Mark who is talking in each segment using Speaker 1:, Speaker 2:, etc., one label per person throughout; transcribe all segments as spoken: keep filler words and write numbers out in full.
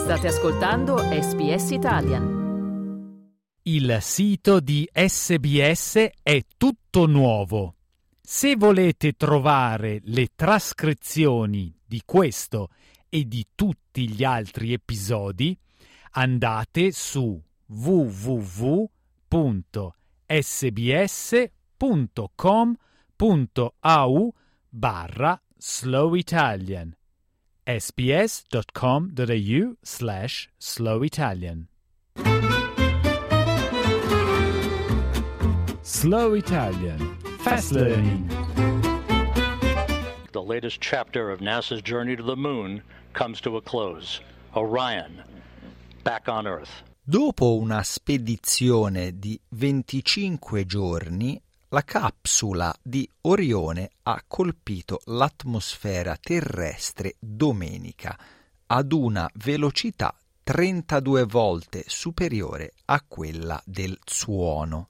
Speaker 1: State ascoltando S B S Italian.
Speaker 2: Il sito di S B S è tutto nuovo. Se volete trovare le trascrizioni di questo e di tutti gli altri episodi, andate su w w w punto s b s punto com punto a u barra slow italian sbs.com.au slash slow Italian. Slow Italian. Fast learning.
Speaker 3: The latest chapter of NASA's journey to the moon comes to a close. Orion, back on Earth.
Speaker 4: Dopo una spedizione di venticinque giorni, la capsula di Orione ha colpito l'atmosfera terrestre domenica ad una velocità trentadue volte superiore a quella del suono.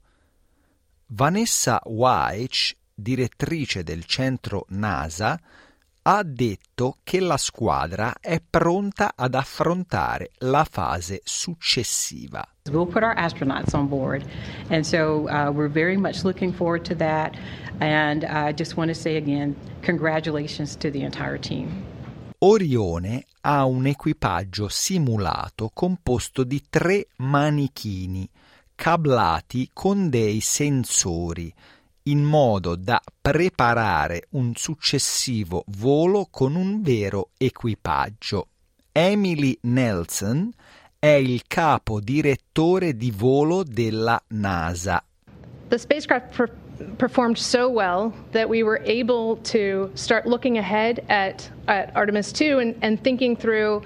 Speaker 4: Vanessa Weich, direttrice del centro NASA, ha detto che la squadra è pronta ad affrontare la fase successiva.
Speaker 5: We'll put our astronauts on board, and so uh, we're very much looking forward to that, and I just want to say again, congratulations to the entire team.
Speaker 4: Orione ha un equipaggio simulato composto di tre manichini cablati con dei sensori, in modo da preparare un successivo volo con un vero equipaggio. Emily Nelson è il capo direttore di volo della NASA.
Speaker 6: The spacecraft per- performed so well that we were able to start looking ahead at, at Artemis two and, and thinking through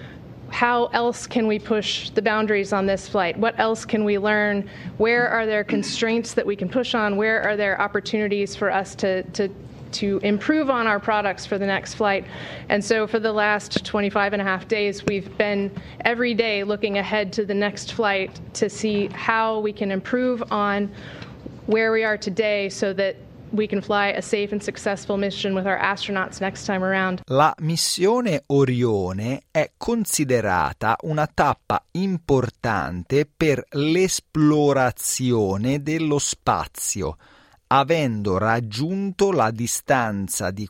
Speaker 6: how else can we push the boundaries on this flight? What else can we learn? Where are there constraints that we can push on? Where are there opportunities for us to, to, to improve on our products for the next flight? And so for the last twenty-five and a half days, we've been every day looking ahead to the next flight to see how we can improve on where we are today so that we can fly a safe and successful mission with our astronauts next time around.
Speaker 4: La missione Orione è considerata una tappa importante per l'esplorazione dello spazio, avendo raggiunto la distanza di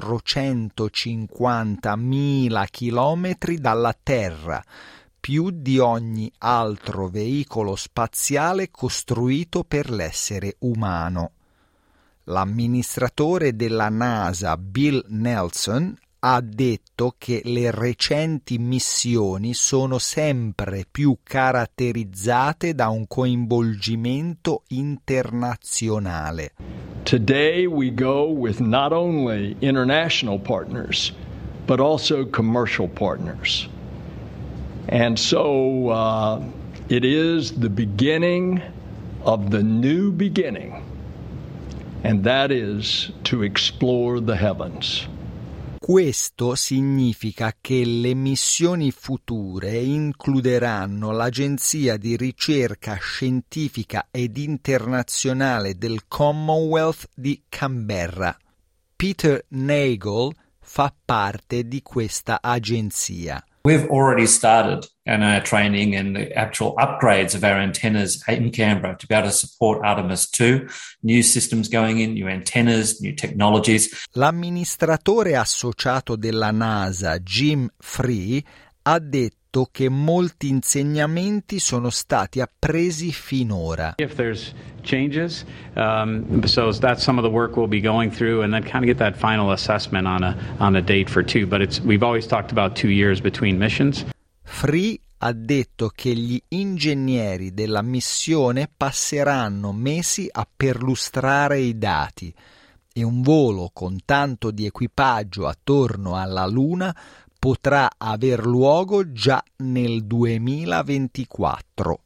Speaker 4: quattrocentocinquantamila chilometri dalla Terra, più di ogni altro veicolo spaziale costruito per l'essere umano. L'amministratore della NASA Bill Nelson ha detto che le recenti missioni sono sempre più caratterizzate da un coinvolgimento internazionale.
Speaker 7: Today we go with not only international partners, but also commercial partners. And so uh, it is the beginning of the new beginning. And that is to explore the heavens.
Speaker 4: Questo significa che le missioni future includeranno l'Agenzia di ricerca scientifica ed internazionale del Commonwealth di Canberra. Peter Nagel fa parte di questa agenzia.
Speaker 8: We've already started in our training and the actual upgrades of our antennas in Canberra to be able to support Artemis two, new systems going in, new antennas, new technologies.
Speaker 4: L'amministratore associato della NASA, Jim Free, ha detto che molti insegnamenti sono stati appresi finora.
Speaker 9: If there's changes, um, so that's some of the work we'll be going through, and then kind of get that final assessment on a on a date for two. But it's we've always talked about two years between missions.
Speaker 4: Free ha detto che gli ingegneri della missione passeranno mesi a perlustrare i dati e un volo con tanto di equipaggio attorno alla Luna potrà aver luogo già nel duemilaventiquattro.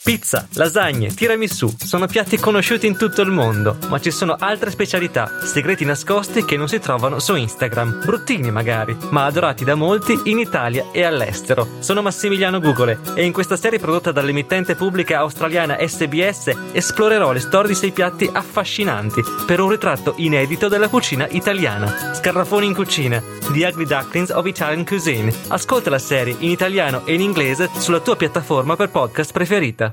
Speaker 10: Pizza, lasagne, tiramisù sono piatti conosciuti in tutto il mondo, ma ci sono altre specialità, segreti nascosti che non si trovano su Instagram, bruttini magari, ma adorati da molti in Italia e all'estero. Sono Massimiliano Gugole e in questa serie prodotta dall'emittente pubblica australiana S B S esplorerò le storie di sei piatti affascinanti per un ritratto inedito della cucina italiana. Scarrafoni in cucina, The Ugly Ducklings of Italian Cuisine. Ascolta la serie in italiano e in inglese sulla tua piattaforma per podcast preferita.